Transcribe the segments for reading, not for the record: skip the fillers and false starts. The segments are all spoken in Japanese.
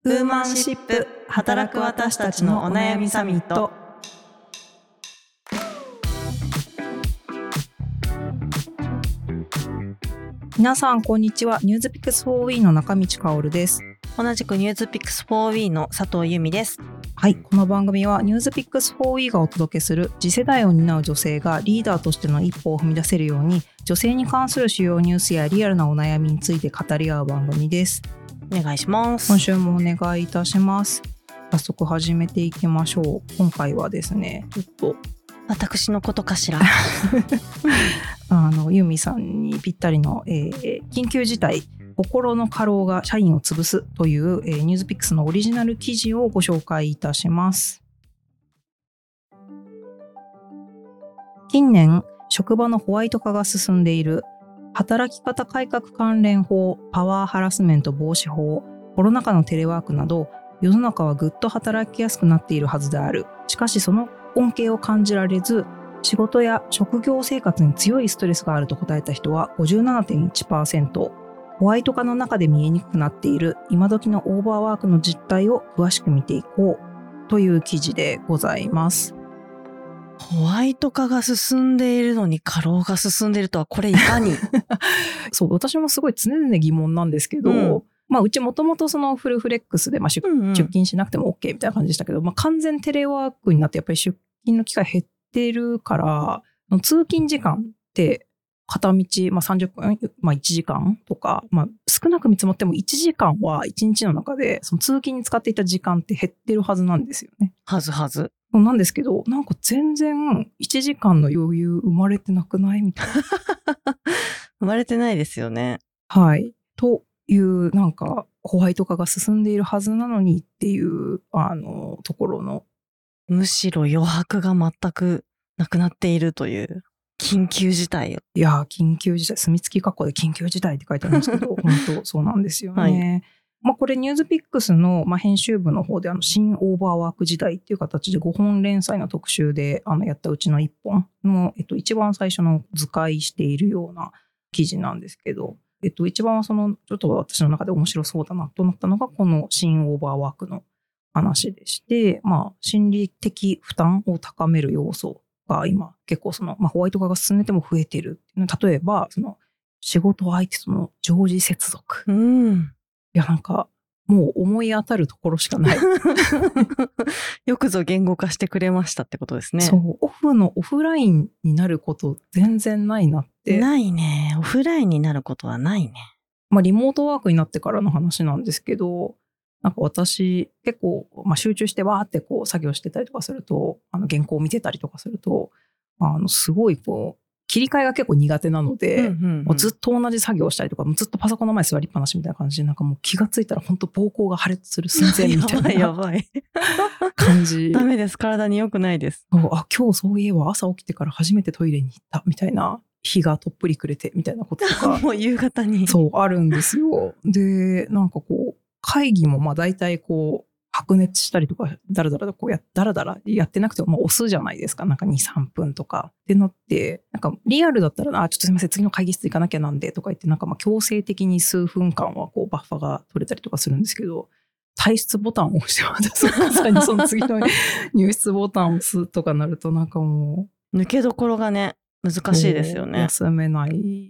ウーマンシップ働く私たちのお悩みサミット。 皆さんこんにちは。ニュースピックス 4WE の中道香です。 同じくニュースピックス 4WE の佐藤由美です。 はい、この番組はニュースピックス 4WE がお届けする次世代を担う女性がリーダーとしての一歩を踏み出せるように、女性に関する主要ニュースやリアルなお悩みについて語り合う番組です。 お願いします。 今週もお願いいたします。早速始めていきましょう。今回はですね、ちょっと私のことかしら由美さんにぴったりの、緊急事態心の過労が社員を潰すという、ニュースピックスのオリジナル記事をご紹介いたします。近年職場のホワイト化が進んでいる。働き方改革関連法、パワーハラスメント防止法、コロナ禍のテレワークなど、世の中はぐっと働きやすくなっているはずである。しかしその恩恵を感じられず、仕事や職業生活に強いストレスがあると答えた人は 57.1%。ホワイト化の中で見えにくくなっている今時のオーバーワークの実態を詳しく見ていこうという記事でございます。 ホワイト化が進んでいるのに過労が進んでいるとは、これいかにそう、私もすごい常々疑問なんですけど、うちもともとそのフルフレックスで、出勤しなくても OK みたいな感じでしたけど、完全テレワークになってやっぱり出勤の機会減ってるから、通勤時間って片道、30分、1時間とか、少なく見積もっても1時間は1日の中でその通勤に使っていた時間って減ってるはずなんですよね。 はず。 なんですけど、なんか全然1時間の余裕生まれてなくないみたいな。 生まれてないですよね。 はい。というなんかホワイト化が進んでいるはずなのにっていうところの、 むしろ余白が全くなくなっているという緊急事態。 いや緊急事態、墨付き括弧で緊急事態って書いてあるんですけど本当そうなんですよね。これニュースピックスの、編集部の方で新オーバーワーク時代っていう形で5本連載の特集でやったうちの1本の、一番最初の図解しているような記事なんですけど、一番ちょっと私の中で面白そうだなとなったのがこの新オーバーワークの話でして、心理的負担を高める要素が今結構ホワイト化が進んでても増えている。例えば仕事相手との常時接続。いやなんかもう思い当たるところしかないよくぞ言語化してくれましたってことですね。 そう、オフラインになること全然ないなって。 ないね。オフラインになることはないね。 リモートワークになってからの話なんですけど、なんか私結構、集中してわーって作業してたりとかすると、原稿を見てたりとかすると、すごい切り替えが結構苦手なので、もうずっと同じ作業をしたりとか、ずっとパソコンの前座りっぱなしみたいな感じで、なんかもう気がついたら本当膀胱が破裂する寸前みたいなやばい感じ。 ダメです。体に良くないです。 今日そういえば朝起きてから初めてトイレに行ったみたいな日がとっぷりくれてみたいなこととかもう夕方にそうあるんですよ。でなんか会議も大体白熱したりとかダラダラやってなくても押すじゃないですか。なんか 2,3 分とかってなって、なんかリアルだったらちょっとすいません次の会議室行かなきゃなんでとか言って、なんか強制的に数分間はバッファが取れたりとかするんですけど、退出ボタンを押してまたその次の入室ボタンを押すとかなると、なんかもう抜けどころがね難しいですよね。 休めない。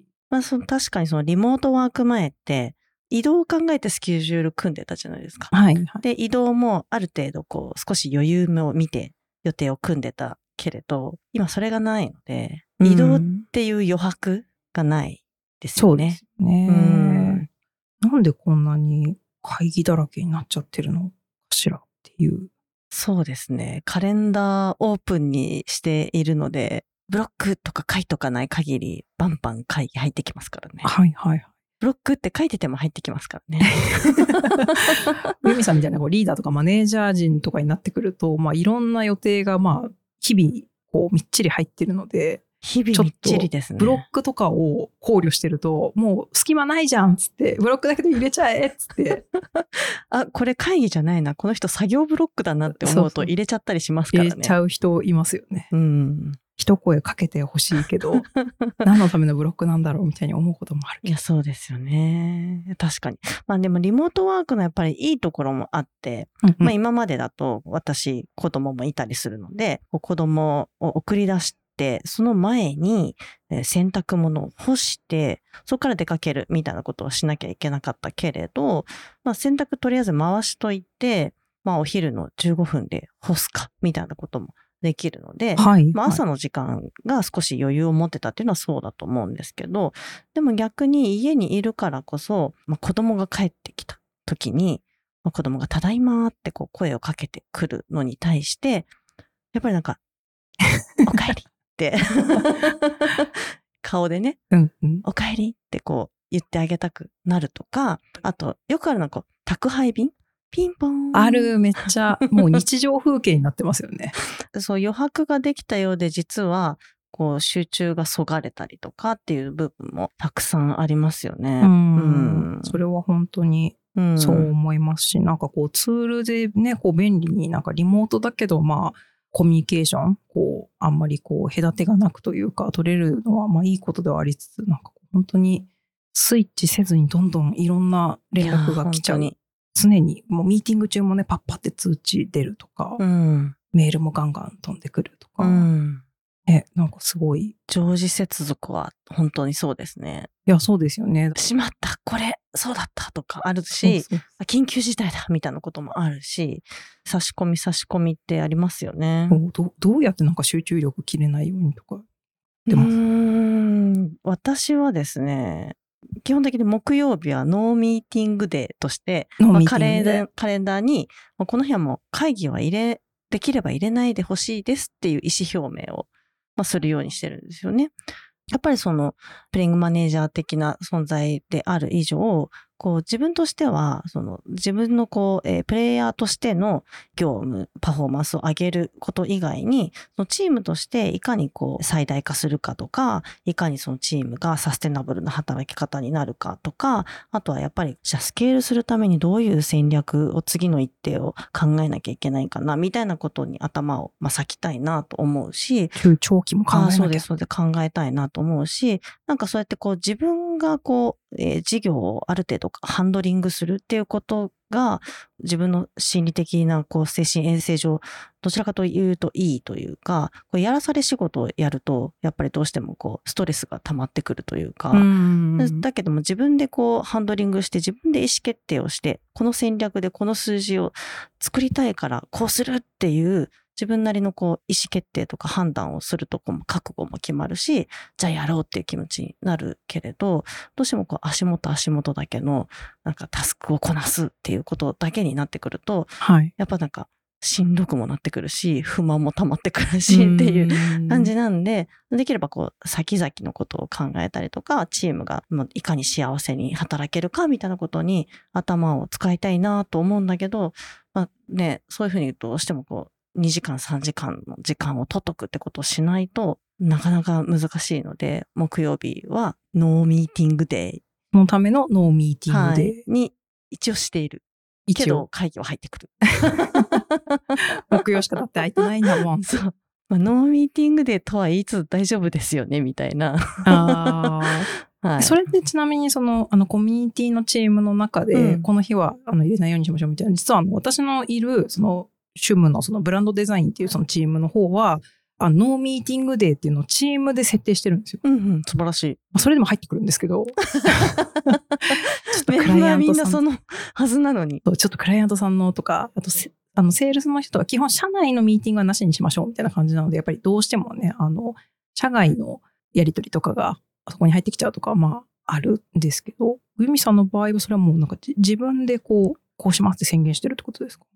確かにリモートワーク前って移動を考えてスケジュール組んでたじゃないですか。で移動もある程度少し余裕を見て予定を組んでたけれど、今それがないので、移動っていう余白がないですよね。 そうですね。なんでこんなに会議だらけになっちゃってるのかしらっていう。 そうですね。カレンダーオープンにしているので、ブロックとか書いとかない限りバンバン会議入ってきますからね。ブロックって書いてても入ってきますからね。 由美さんみたいなリーダーとかマネージャー陣とかになってくると、いろんな予定が日々みっちり入ってるので、 日々みっちりですね。 ブロックとかを考慮してると、もう隙間ないじゃんっつって、ブロックだけで入れちゃえっつってこれ会議じゃないな、この人作業ブロックだなって思うと入れちゃったりしますからね。 入れちゃう人いますよね。 一声かけてほしいけど、何のためのブロックなんだろうみたいに思うこともある。 いや、そうですよね。確かに。まあでもリモートワークのやっぱりいいところもあって、まあ今までだと私、子供もいたりするので、子供を送り出して、その前に洗濯物を干して、そこから出かけるみたいなことをしなきゃいけなかったけれど、まあ洗濯とりあえず回しといて、まあお昼の15分で干すか、みたいなこともできるので、まあ朝の時間が少し余裕を持ってたっていうのはそうだと思うんですけど、でも逆に家にいるからこそ、まあ、子供が帰ってきた時に、まあ、子供がただいまってこう声をかけてくるのに対して、やっぱりなんか、おかえりって顔でね、おかえりってこう言ってあげたくなるとか、あとよくあるのはこう宅配便ピンポン。 ある、めっちゃ、もう日常風景になってますよね。 そう、余白ができたようで、実は、こう、集中がそがれたりとかっていう部分もたくさんありますよね。 それは本当にそう思いますし、なんかこう、ツールでね、こう、便利になんかリモートだけど、まあ、コミュニケーション、こう、あんまりこう、隔てがなくというか、取れるのは、まあ、いいことではありつつ、なんか本当に、スイッチせずにどんどんいろんな連絡が来ちゃう。常にもうミーティング中もねパッパって通知出るとか、メールもガンガン飛んでくるとか、なんかすごい常時接続は本当にそうですね。 いやそうですよね。 しまったこれそうだったとかあるし、緊急事態だみたいなこともあるし、差し込みってありますよね。 どうやってなんか集中力切れないようにとか出ます？ 私はですね、基本的に木曜日はノーミーティングデーとして、カレンダーに、この日はもう会議はできれば入れないでほしいですっていう意思表明を、するようにしてるんですよね。やっぱりその、プレイングマネージャー的な存在である以上、こう自分としては、その自分のこう、プレイヤーとしての業務、パフォーマンスを上げること以外に、そのチームとしていかにこう最大化するかとか、いかにそのチームがサステナブルな働き方になるかとか、あとはやっぱりじゃあスケールするためにどういう戦略を次の一手を考えなきゃいけないかな、みたいなことに頭を割きたいなと思うし、 中長期も考えなきゃ。 そうです、そうで考えたいなと思うし、なんかそうやってこう自分がこう、事業をある程度ハンドリングするっていうことが自分の心理的なこう精神衛生上どちらかというといいというか、こうやらされ仕事をやるとやっぱりどうしてもこうストレスが溜まってくるというか、だけども自分でこうハンドリングして自分で意思決定をして、この戦略でこの数字を作りたいからこうするっていう自分なりのこう意思決定とか判断をするとこも覚悟も決まるし、じゃあやろうっていう気持ちになるけれど、どうしてもこう足元だけのなんかタスクをこなすっていうことだけになってくると、やっぱなんかしんどくもなってくるし、不満も溜まってくるしっていう感じなんで、できればこう先々のことを考えたりとか、チームがいかに幸せに働けるかみたいなことに頭を使いたいなと思うんだけど、そういうふうにどうしてもこう2時間3時間の時間を取っとくってことをしないとなかなか難しいので、木曜日はノーミーティングデーのためのノーミーティングデー、 に一応している。けど会議は入ってくる。 木曜しかだって空いてないんだもん。 そう。ノーミーティングデーとは言いつつ大丈夫ですよねみたいな。 はい、それでちなみにそのコミュニティのチームの中で、この日は入れないようにしましょうみたいな、実は私のいるその主務のそのブランドデザインっていうそのチームの方はノーミーティングデーっていうのをチームで設定してるんですよ。 素晴らしい。 それでも入ってくるんですけど。 メンバーみんなそのはずなのに。 ちょっとクライアントさんのとか、あとセールスの人は基本社内のミーティングはなしにしましょうみたいな感じなので、やっぱりどうしてもね、社外のやり取りとかがそこに入ってきちゃうとか、あるんですけど、ユミさんの場合はそれはもうなんか自分でこうしますって宣言してるってことですか？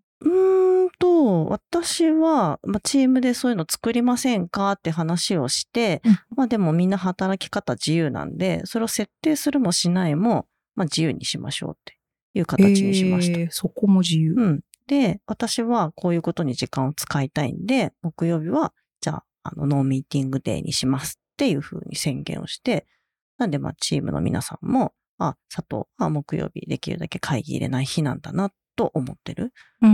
私は、チームでそういうの作りませんかって話をして、でもみんな働き方自由なんで、それを設定するもしないも、自由にしましょうっていう形にしました。 そこも自由。 で、私はこういうことに時間を使いたいんで、木曜日は、じゃあ、ノーミーティングデーにしますっていうふうに宣言をして、なんでチームの皆さんも、佐藤は木曜日できるだけ会議入れない日なんだなっと思ってる。うん。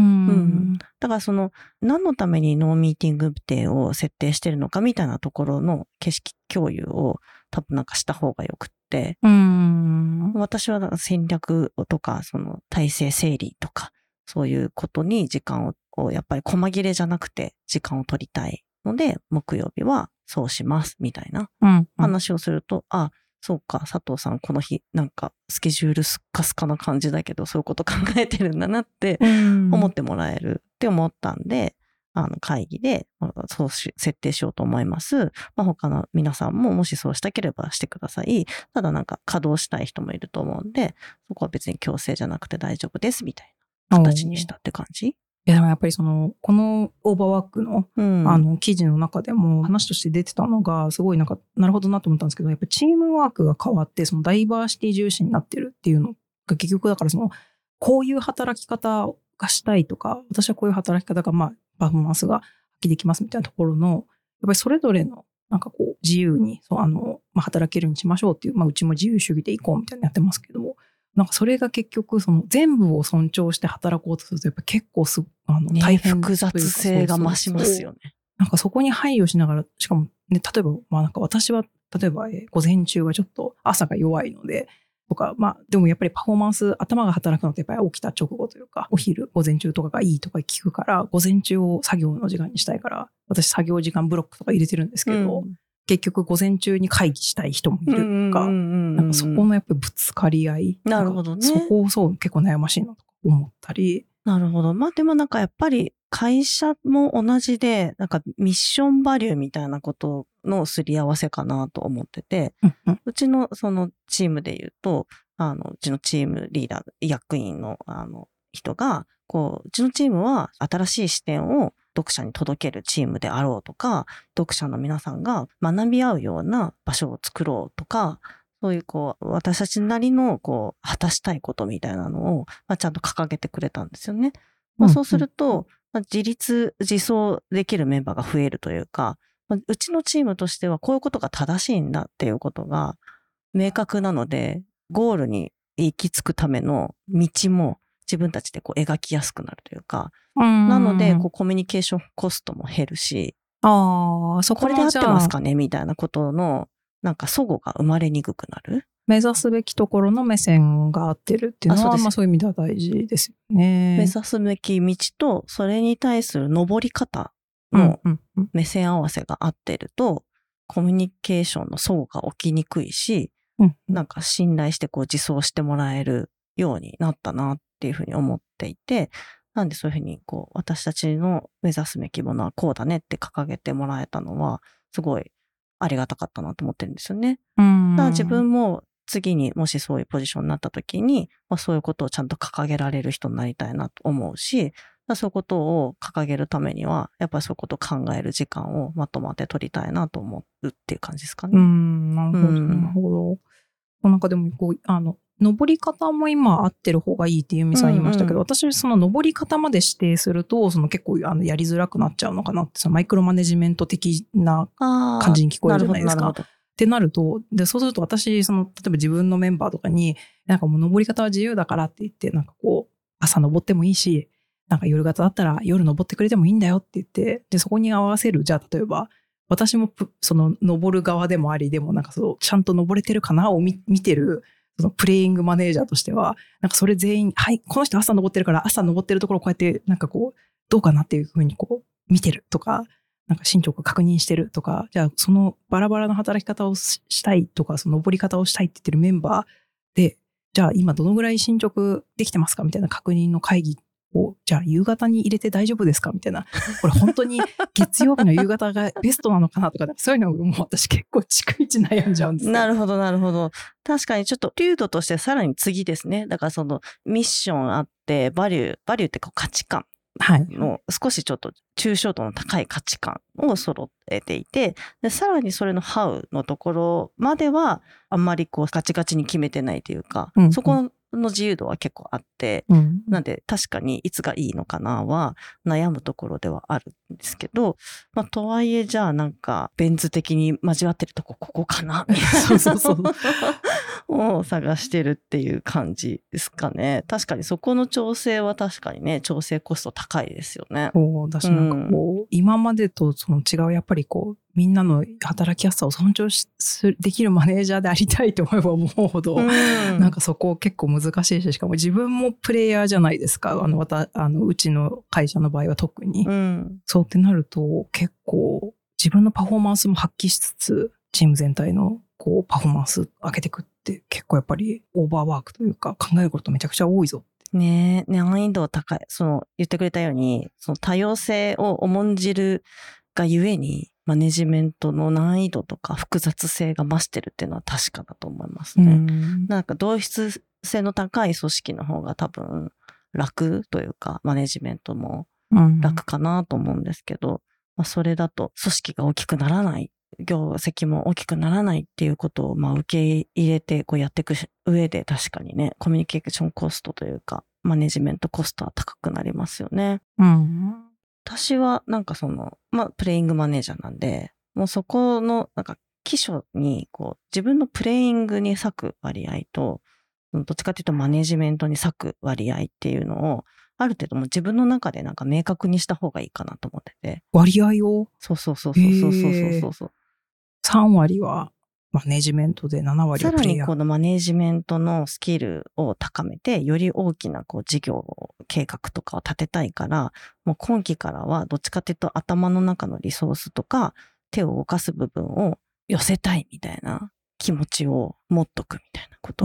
だから何のためにノーミーティングデーを設定してるのかみたいなところの景色共有を多分した方がよくって、私は戦略とか、体制整理とか、そういうことに時間をやっぱり細切れじゃなくて時間を取りたいので、木曜日はそうしますみたいな話をすると、そうか、佐藤さんこの日スケジュールすっかすかな感じだけど、そういうこと考えてるんだなって思ってもらえるって思ったんで、会議でそう設定しようと思います。他の皆さんももしそうしたければしてください。ただ稼働したい人もいると思うんで、そこは別に強制じゃなくて大丈夫ですみたいな形にしたって感じ。 でもやっぱりこのオーバーワークの、記事の中でも話として出てたのが、すごいなるほどなと思ったんですけど、やっぱりチームワークが変わって、ダイバーシティ重視になってるっていうのが結局だからこういう働き方がしたいとか、私はこういう働き方がパフォーマンスが発揮できますみたいなところの、やっぱりそれぞれの自由に働けるようにしましょうっていう、うちも自由主義でいこうみたいなやってますけども、それが結局全部を尊重して働こうとするとやっぱ結構大変、 複雑性が増しますよね。 そこに配慮しながら、しかもね、例えば私は例えば午前中はちょっと朝が弱いのでとか、でもやっぱりパフォーマンス、頭が働くのってやっぱり起きた直後というか、お昼午前中とかがいいとか聞くから、午前中を作業の時間にしたいから、私作業時間ブロックとか入れてるんですけど、結局午前中に会議したい人もいるとか、そこのやっぱりぶつかり合い。 なるほどね。 そこを結構悩ましいなと思ったり。 なるほど。でもやっぱり会社も同じで、ミッションバリューみたいなことのすり合わせかなと思ってて、うちのチームで言うと、うちのチームリーダー、役員の人が、うちのチームは新しい視点を読者に届けるチームであろうとか、読者の皆さんが学び合うような場所を作ろうとか、そういう私たちなりの果たしたいことみたいなのを、ちゃんと掲げてくれたんですよね。そうすると、自立自走できるメンバーが増えるというか、うちのチームとしてはこういうことが正しいんだっていうことが明確なので、ゴールに行き着くための道も自分たちで描きやすくなるというか、なのでコミュニケーションコストも減るし、 そこれで合ってますかねみたいなことの齟齬が生まれにくくなる。 目指すべきところの目線が合ってるっていうのは、そういう意味では大事ですよね。 目指すべき道と、それに対する登り方の目線合わせが合ってると、コミュニケーションの齟齬が起きにくいし、信頼して自走してもらえるようになったなっていうふうに思っていて、なんでそういうふうに私たちの目指すべきものはこうだねって掲げてもらえたのは、すごいありがたかったなと思ってるんですよね。だから自分も次にもしそういうポジションになった時に、そういうことをちゃんと掲げられる人になりたいなと思うし、そういうことを掲げるためには、やっぱりそういうことを考える時間をまとまって取りたいなと思うっていう感じですかね。 なるほど、なるほど。でも登り方も今合ってる方がいいって由美さん言いましたけど、私登り方まで指定すると結構やりづらくなっちゃうのかなって、マイクロマネジメント的な感じに聞こえるじゃないですか。ってなると、そうすると私例えば自分のメンバーとかにもう登り方は自由だからって言って朝登ってもいいし、夜型だったら夜登ってくれてもいいんだよって言って、でそこに合わせる、じゃあ例えば私も登る側でもあり、でもちゃんと登れてるかなを見てるプレイングマネージャーとしては、それ全員、はい、この人朝登ってるから朝登ってるところをこうやってどうかなっていうふうに見てるとか、進捗確認してるとか、じゃあそのバラバラの働き方をしたいとか、登り方をしたいって言ってるメンバーで、じゃあ今どのぐらい進捗できてますかみたいな確認の会議を、じゃあ夕方に入れて大丈夫ですかみたいな、これ本当に月曜日の夕方がベストなのかなとか、そういうのをもう私結構逐一悩んじゃうんですよ。 なるほど、なるほど。確かにちょっと流度としてさらに次ですね。だからミッションあって、バリューって価値観の少しちょっと抽象度の高い価値観を揃えていて、でさらにそれのハウのところまではあんまりガチガチに決めてないというか、そこの自由度は結構あって、なんで確かにいつがいいのかなは悩むところではあるんですけど、とはいえじゃあベン図的に交わってるとここかなみたいな。 そうを探してるっていう感じですかね。確かにそこの調整は確かにね、調整コスト高いですよね。 そうだし、なんかこう、今までとその違う、やっぱりこう、みんなの働きやすさを尊重できるマネージャーでありたいと思えば思うほど、なんかそこ結構難しいし、しかも自分もプレイヤーじゃないですか。うちの会社の場合は特に。そうってなると、結構自分のパフォーマンスも発揮しつつ、チーム全体のこうパフォーマンス上げていくって結構やっぱりオーバーワークというか考えることめちゃくちゃ多いぞ。 ねえ、難易度高い。言ってくれたように、その多様性を重んじるがゆえに、マネジメントの難易度とか複雑性が増してるっていうのは確かだと思いますね。なんか同質性の高い組織の方が多分楽というか、マネジメントも楽かなと思うんですけど、それだと組織が大きくならない。業績も大きくならないっていうことを受け入れてこうやっていく上で確かにね、コミュニケーションコストというかマネジメントコストは高くなりますよね。私はなんかプレイングマネージャーなんで、もうそこのなんか基礎にこう自分のプレイングに割く割合と、どっちかというとマネジメントに割く割合っていうのをある程度も自分の中でなんか明確にした方がいいかなと思ってて。 割合を？ そう。 3割はマネジメントで7割はプレイヤー。 さらにこのマネジメントのスキルを高めて、より大きなこう事業計画とかを立てたいから、もう今期からはどっちかというと頭の中のリソースとか手を動かす部分を寄せたいみたいな気持ちを持っとくみたいなこと。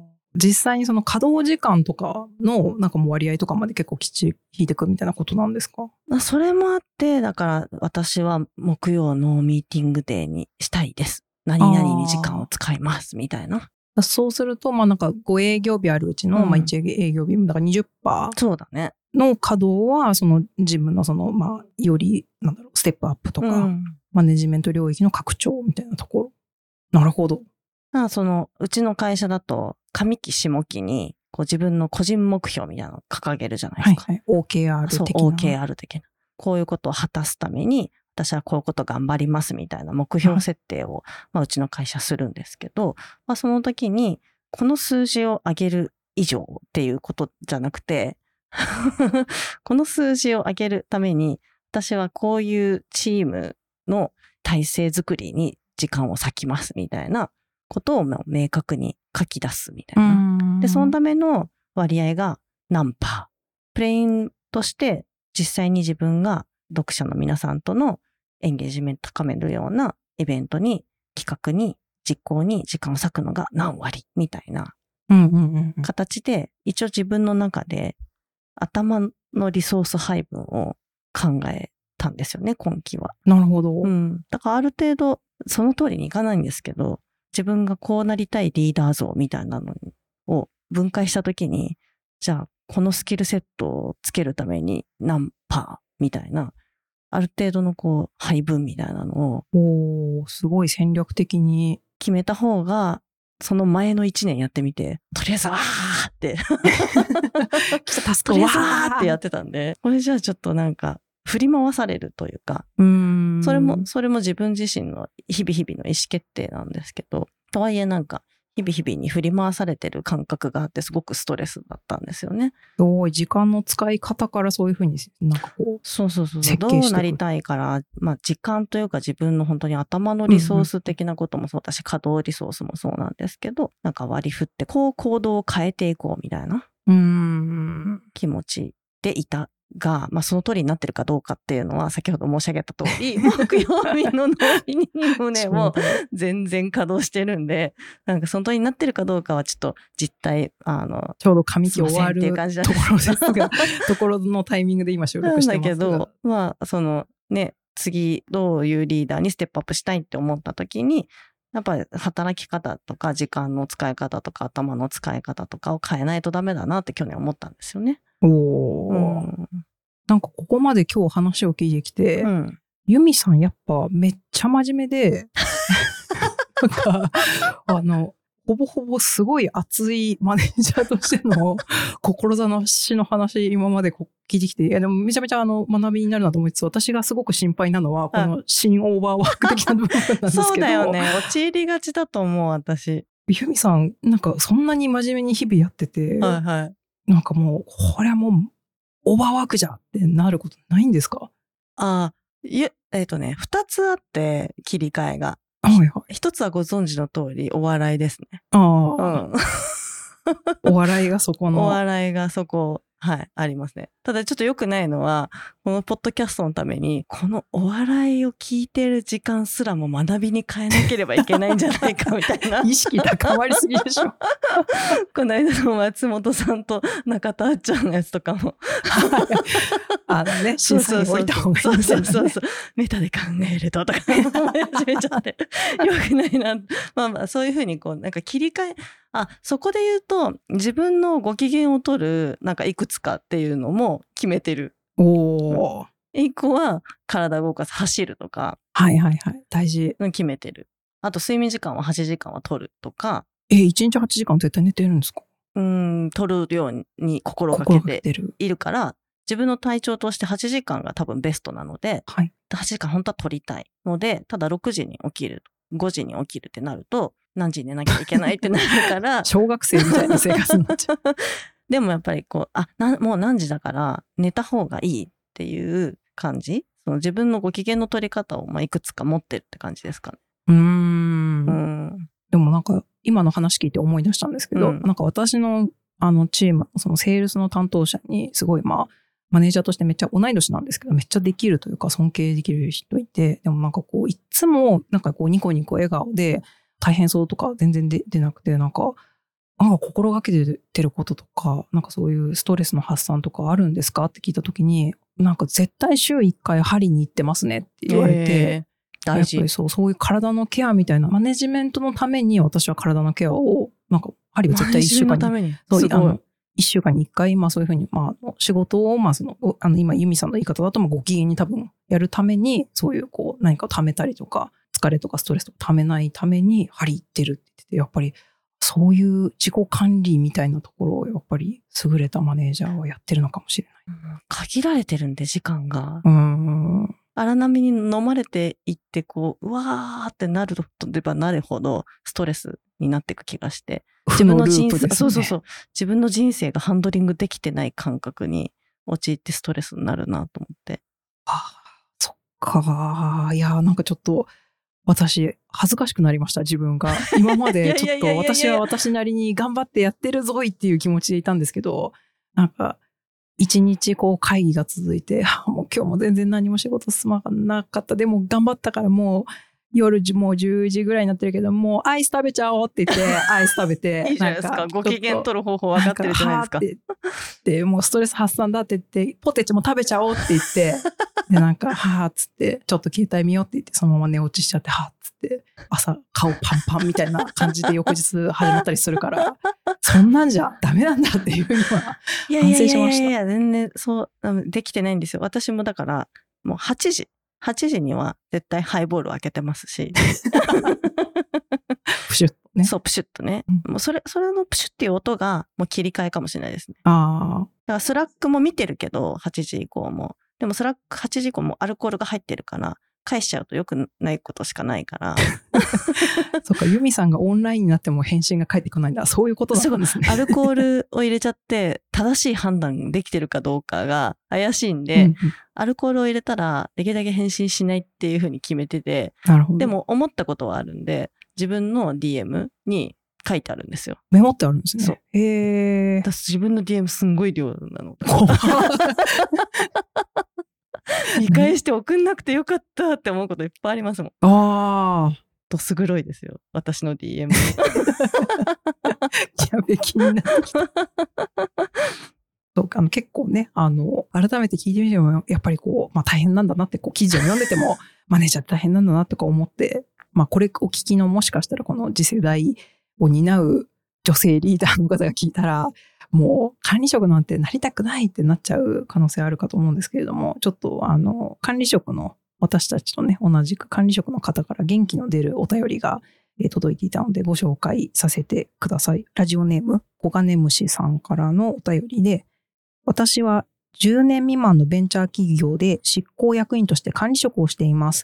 実際にその稼働時間とかのなんかもう割合とかまで結構きっちり引いていくみたいなことなんですか？ それもあって、だから私は木曜のミーティングデーにしたいです。何々に時間を使いますみたいな。 そうすると、なんか5営業日あるうちの、1営業日だから 20% そうだね。 の稼働は、その自分のより、ステップアップとか、マネジメント領域の拡張みたいなところ。なるほど。 うちの会社だと、上期下期に、こう自分の個人目標みたいなのを掲げるじゃないですか。 OKR 的な。 そう、OKR 的な。こういうことを果たすために、私はこういうこと頑張りますみたいな目標設定を、うちの会社するんですけど、その時に、この数字を上げる以上っていうことじゃなくて、この数字を上げるために、私はこういうチームの体制づくりに時間を割きますみたいなことを明確に書き出すみたいな。で、そのための割合が何パー。プレインとして実際に自分が読者の皆さんとのエンゲージメント高めるようなイベントに、企画に、実行に時間を割くのが何割みたいな形で、一応自分の中で頭のリソース配分を考えたんですよね、今期は。 なるほど。 だからある程度その通りにいかないんですけど、自分がこうなりたいリーダー像みたいなのを分解したときに、じゃあこのスキルセットをつけるために何パーみたいな、ある程度のこう配分みたいなのをすごい戦略的に決めた方が、その前の1年やってみて、とりあえずわーって来たタスクをわーってやってたんで、これじゃあちょっとなんか振り回されるというか、それも自分自身の日々の意思決定なんですけど、とはいえなんか日々に振り回されてる感覚があってすごくストレスだったんですよね。 すごい時間の使い方からそういうふうになんかこうそうどうなりたいから、時間というか自分の本当に頭のリソース的なこともそうだし、稼働リソースもそうなんですけど、なんか割り振ってこう行動を変えていこうみたいな気持ちでいたが、その通りになってるかどうかっていうのは先ほど申し上げた通り、木曜日の納品胸も全然稼働してるんで、なんかその通りになってるかどうかはちょっと実態ちょうど上期終わるっていう感じなんところですがところのタイミングで今収録してますが、 なんだけど次どういうリーダーにステップアップしたいって思った時に、やっぱり働き方とか時間の使い方とか頭の使い方とかを変えないとダメだなって去年思ったんですよね。 なんかここまで今日話を聞いてきて、ユミさんやっぱめっちゃ真面目でなんかほぼほぼすごい熱いマネージャーとしての志の話今まで聞いてきて、いやでもめちゃめちゃ学びになるなと思いつつ、私がすごく心配なのはこの新オーバーワーク的な部分なんですけど。 そうだよね。陥りがちだと思う私。 由美さん、なんかそんなに真面目に日々やってて、 はいはい。 なんかもう、これはもう、オーバーワークじゃってなることないんですか？ 二つあって、切り替えが。 はいはい。 一つはご存知の通り、お笑いですね。 ああ。お笑いがそこの。 お笑いがそこ、はい、ありますね。ただちょっと良くないのは、このポッドキャストのために、このお笑いを聞いてる時間すらも学びに変えなければいけないんじゃないかみたいな。 意識高まりすぎでしょ。 この間の松本さんと中田あっちゃんのやつとかも。 審査に降りた方がいいみたいな、ね。 そう。メタで考えるとか思い始めちゃって。良くないな。まあそういうふうにこう、なんか切り替え、そこで言うと、自分のご機嫌を取る、なんかいくつかっていうのも決めてる。 おー。 一個は体を動かす、走るとか。 はい。大事。 決めてる。あと睡眠時間は8時間は取るとか。 1日8時間絶対寝てるんですか？ 取るように心がけているから、自分の体調として8時間が多分ベストなので、 はい、 8時間本当は取りたいので、ただ6時に起きる、5時に起きるってなると、何時に寝なきゃいけないってなるから。 小学生みたいな生活になっちゃう。 でもやっぱりこう、もう何時だから寝た方がいいっていう感じ。その自分のご機嫌の取り方をいくつか持ってるって感じですかね。 でもなんか今の話聞いて思い出したんですけど、なんか私のチーム、そのセールスの担当者にすごいマネージャーとしてめっちゃ同い年なんですけど、めっちゃできるというか尊敬できる人いて、でもなんかこういつもなんかこうニコニコ笑顔で大変そうとか全然出なくて、なんか心がけてることとか、なんかそういうストレスの発散とかあるんですかって聞いたときに、なんか絶対週1回針に行ってますねって言われて、大事。やっぱりそういう体のケアみたいな、マネジメントのために私は体のケアを、なんか針は絶対1週間に、1週間に1回、そういうふうに、仕事を、今、ユミさんの言い方だと、ご機嫌に多分やるために、そういうこう、何かを溜めたりとか、疲れとかストレスとか溜めないために針行ってるって言ってて、やっぱり、そういう自己管理みたいなところをやっぱり優れたマネージャーはやってるのかもしれない。 限られてるんで、時間が。荒波に飲まれていって、こう、うわーってなるとでばなるほどストレスになっていく気がして。自分の人生、そう。自分の人生がハンドリングできてない感覚に陥ってストレスになるなと思って。 そっか。いや、なんかちょっと、私、恥ずかしくなりました、自分が。今までちょっと私は私なりに頑張ってやってるぞいっていう気持ちでいたんですけど、なんか、一日こう会議が続いて、もう今日も全然何も仕事進まなかった。でも頑張ったからもう夜もう10時ぐらいになってるけど、もうアイス食べちゃおうって言って、アイス食べて。 いいじゃないですか。ご機嫌取る方法分かってるじゃないですか。 で、もうストレス発散だって言って、ポテチも食べちゃおうって言って、で、なんか、はーっつって、ちょっと携帯見ようって言って、そのまま寝落ちしちゃって、はーっつって、朝顔パンパンみたいな感じで翌日始まったりするから、そんなんじゃダメなんだっていうふうには反省しました。 いや、全然そう、できてないんですよ。私もだから、もう8時には絶対ハイボールを開けてますし。 プシュッとね。 そう、プシュッとね。もうそれのプシュッっていう音がもう切り替えかもしれないですね。だからスラックも見てるけど、8時以降も。でもスラック8時以降もアルコールが入ってるから、返しちゃうと良くないことしかないから。 そっか、ユミさんがオンラインになっても返信が返ってこないんだ。そういうことだったんですね。 アルコールを入れちゃって、正しい判断できてるかどうかが怪しいんで、アルコールを入れたら、できるだけ返信しないっていうふうに決めてて、 なるほど。 でも思ったことはあるんで、自分の DM に書いてあるんですよ。 メモってあるんですね。 そう。私自分の DM すんごい量なの。見返して送んなくてよかったって思うこといっぱいありますもん。どす黒いですよ。私の DM。 やべ、気になってきた。そうか、結構ね、改めて聞いてみても、やっぱりこう、大変なんだなって、こう、記事を読んでても、マネージャーって大変なんだなとか思って、これを聞きのもしかしたらこの次世代を担う女性リーダーの方が聞いたら、もう管理職なんてなりたくないってなっちゃう可能性あるかと思うんですけれども、ちょっと管理職の私たちとね、同じく管理職の方から元気の出るお便りが届いていたのでご紹介させてください。ラジオネーム、小金虫さんからのお便りで、私は10年未満のベンチャー企業で執行役員として管理職をしています。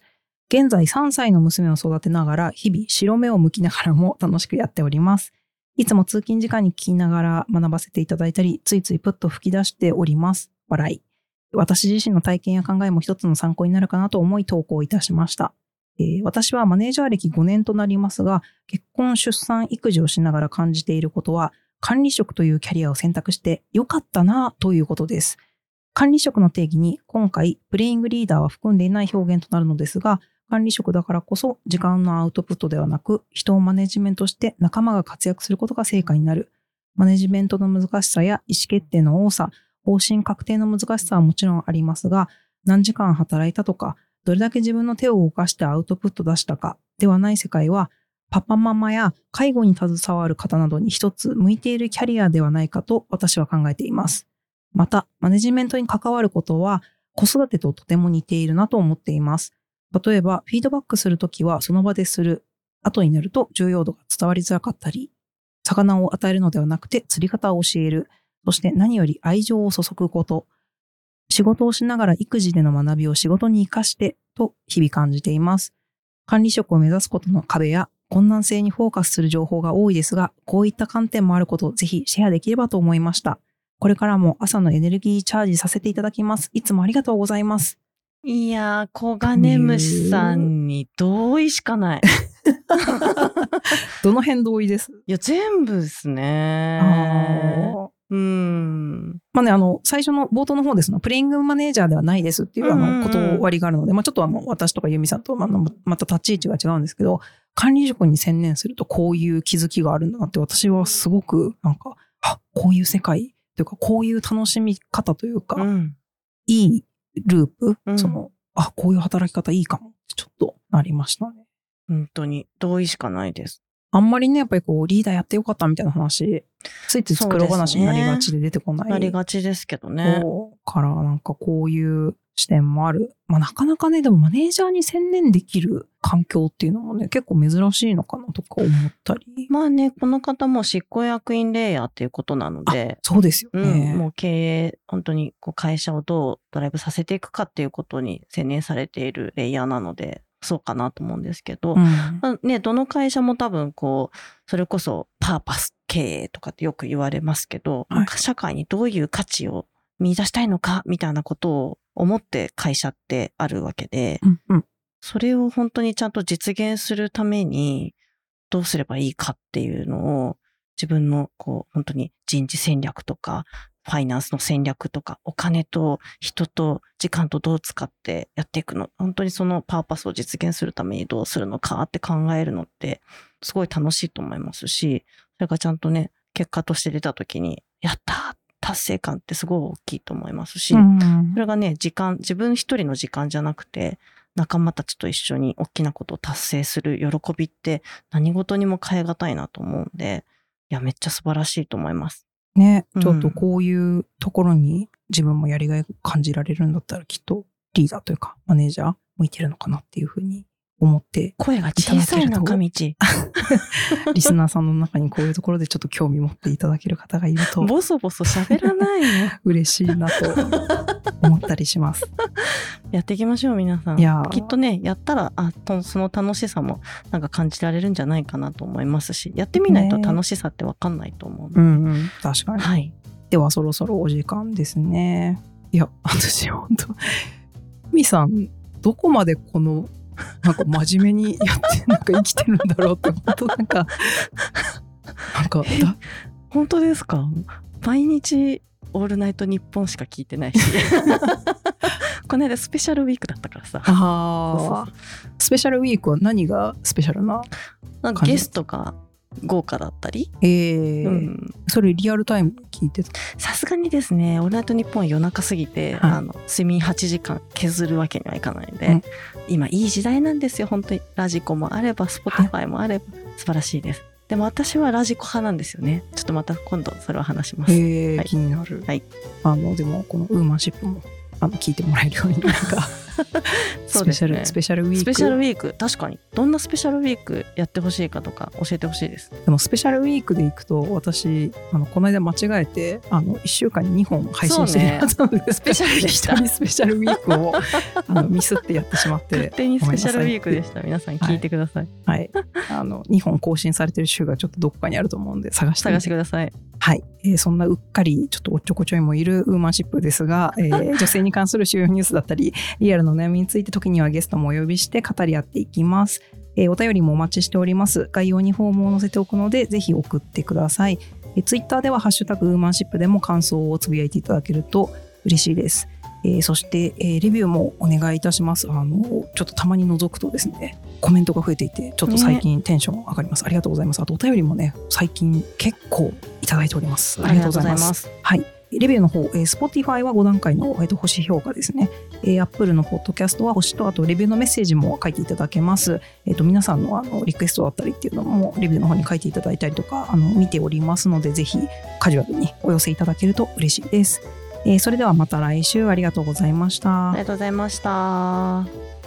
現在3歳の娘を育てながら、日々白目を向きながらも楽しくやっております。いつも通勤時間に聞きながら学ばせていただいたり、ついついプッと吹き出しております。笑い。私自身の体験や考えも一つの参考になるかなと思い投稿いたしました。私はマネージャー歴5年となりますが、結婚、出産、育児をしながら感じていることは、管理職というキャリアを選択してよかったなということです。管理職の定義に今回プレイングリーダーは含んでいない表現となるのですが、管理職だからこそ時間のアウトプットではなく、人をマネジメントして仲間が活躍することが成果になる。マネジメントの難しさや意思決定の多さ、方針確定の難しさはもちろんありますが、何時間働いたとか、どれだけ自分の手を動かしてアウトプット出したかではない世界は、パパママや介護に携わる方などに一つ向いているキャリアではないかと私は考えています。また、マネジメントに関わることは子育てととても似ているなと思っています。例えば、フィードバックするときはその場でする。後になると重要度が伝わりづらかったり、魚を与えるのではなくて釣り方を教える。そして何より愛情を注ぐこと。仕事をしながら育児での学びを仕事に生かしてと日々感じています。管理職を目指すことの壁や困難性にフォーカスする情報が多いですが、こういった観点もあることをぜひシェアできればと思いました。これからも朝のエネルギーチャージさせていただきます。いつもありがとうございます。 いやー、コガネムシさんに同意しかない。 どの辺同意です？ いや、全部ですね。 まあね、最初の冒頭の方ですの、プレイングマネージャーではないですっていう断りがあるので、ちょっと私とかユミさんとまた立ち位置が違うんですけど、管理職に専念するとこういう気づきがあるんだなって、私はすごくこういう世界というか、こういう楽しみ方というか、いいループ、こういう働き方いいかもってちょっとなりましたね。 本当に同意しかないです。 あんまりね、やっぱりリーダーやってよかったみたいな話、ついつい黒話になりがちで出てこない。 なりがちですけどね。 からこういう視点もある。なかなかね、でもマネージャーに専念できる環境っていうのもね、結構珍しいのかなとか思ったり。 まあね、この方も執行役員レイヤーっていうことなので。 そうですよね。 もう経営、本当に会社をどうドライブさせていくかっていうことに専念されているレイヤーなので、そうかなと思うんですけど、どの会社も多分それこそパーパス経営とかってよく言われますけど、社会にどういう価値を見出したいのかみたいなことを思って会社ってあるわけで、それを本当にちゃんと実現するためにどうすればいいかっていうのを自分の本当に人事戦略とかファイナンスの戦略とかお金と人と時間とどう使ってやっていくの、本当にそのパーパスを実現するためにどうするのかって考えるのってすごい楽しいと思いますし、それがちゃんとね結果として出た時にやった達成感ってすごい大きいと思いますし、それがね自分一人の時間じゃなくて仲間たちと一緒に大きなことを達成する喜びって何事にも変え難いなと思うんで、いやめっちゃ素晴らしいと思います。 ね、ちょっとこういうところに自分もやりがいを感じられるんだったら、きっとリーダーというかマネージャー向いてるのかなっていうふうに思って声が小さい中道リスナーさんの中にこういうところでちょっと興味持っていただける方がいるとボソボソ喋らないの嬉しいなと思ったりしますやっていきましょう皆さん。きっとねやったらその楽しさも感じられるんじゃないかなと思いますし、やってみないと楽しさって分かんないと思うので、 確かに、 はい、 ではそろそろお時間ですね。いや私本当みさんどこまでこの真面目にやって生きてるんだろうって本当ですか？毎日オールナイトニッポンしか聞いてないしこの間スペシャルウィークだったからさ。 そうスペシャルウィークは何がスペシャルなゲストが豪華だったり、 それリアルタイム聞いてた？ さすがにですね、オールナイトニッポン夜中すぎて、睡眠8時間削るわけにはいかないので、今いい時代なんですよ本当に。ラジコもあれば Spotify もあれば、素晴らしいです。でも私はラジコ派なんですよね。ちょっとまた今度それを話します。 気になる。でもこのウーマンシップも聞いてもらえるようにそうですね。 スペシャルウィーク。 スペシャルウィーク、確かに。どんなスペシャルウィークやってほしいかとか教えてほしいです。 でもスペシャルウィークで行くと、私この間間違えて1週間に2本配信してるやつなので、 スペシャルでした。 一人スペシャルウィークをミスってやってしまって、 勝手にスペシャルウィークでした。皆さん聞いてください。 はい。2本更新されてる週がちょっとどこかにあると思うんで探してください。 はい、そんなうっかりちょっとおっちょこちょいもいるウーマンシップですが、女性に関する主要ニュースだったりリアルの悩みについて時にはゲストもお呼びして語り合っていきます。お便りもお待ちしております。概要にフォームを載せておくのでぜひ送ってください。ツイッターではハッシュタグウーマンシップでも感想をつぶやいていただけると嬉しいです。そして、レビューもお願いいたします。ちょっとたまに覗くとですね、コメントが増えていてちょっと最近テンション上がります。ありがとうございます。あとお便りもね、最近結構いただいております。ありがとうございます。はい。レビューの方、Spotify は5段階の、星評価ですね。Apple のポッドキャストは星と、あとレビューのメッセージも書いていただけます。皆さんのリクエストだったりっていうのもレビューの方に書いていただいたりとか見ておりますので、ぜひカジュアルにお寄せいただけると嬉しいです。それではまた来週。ありがとうございました。 ありがとうございました。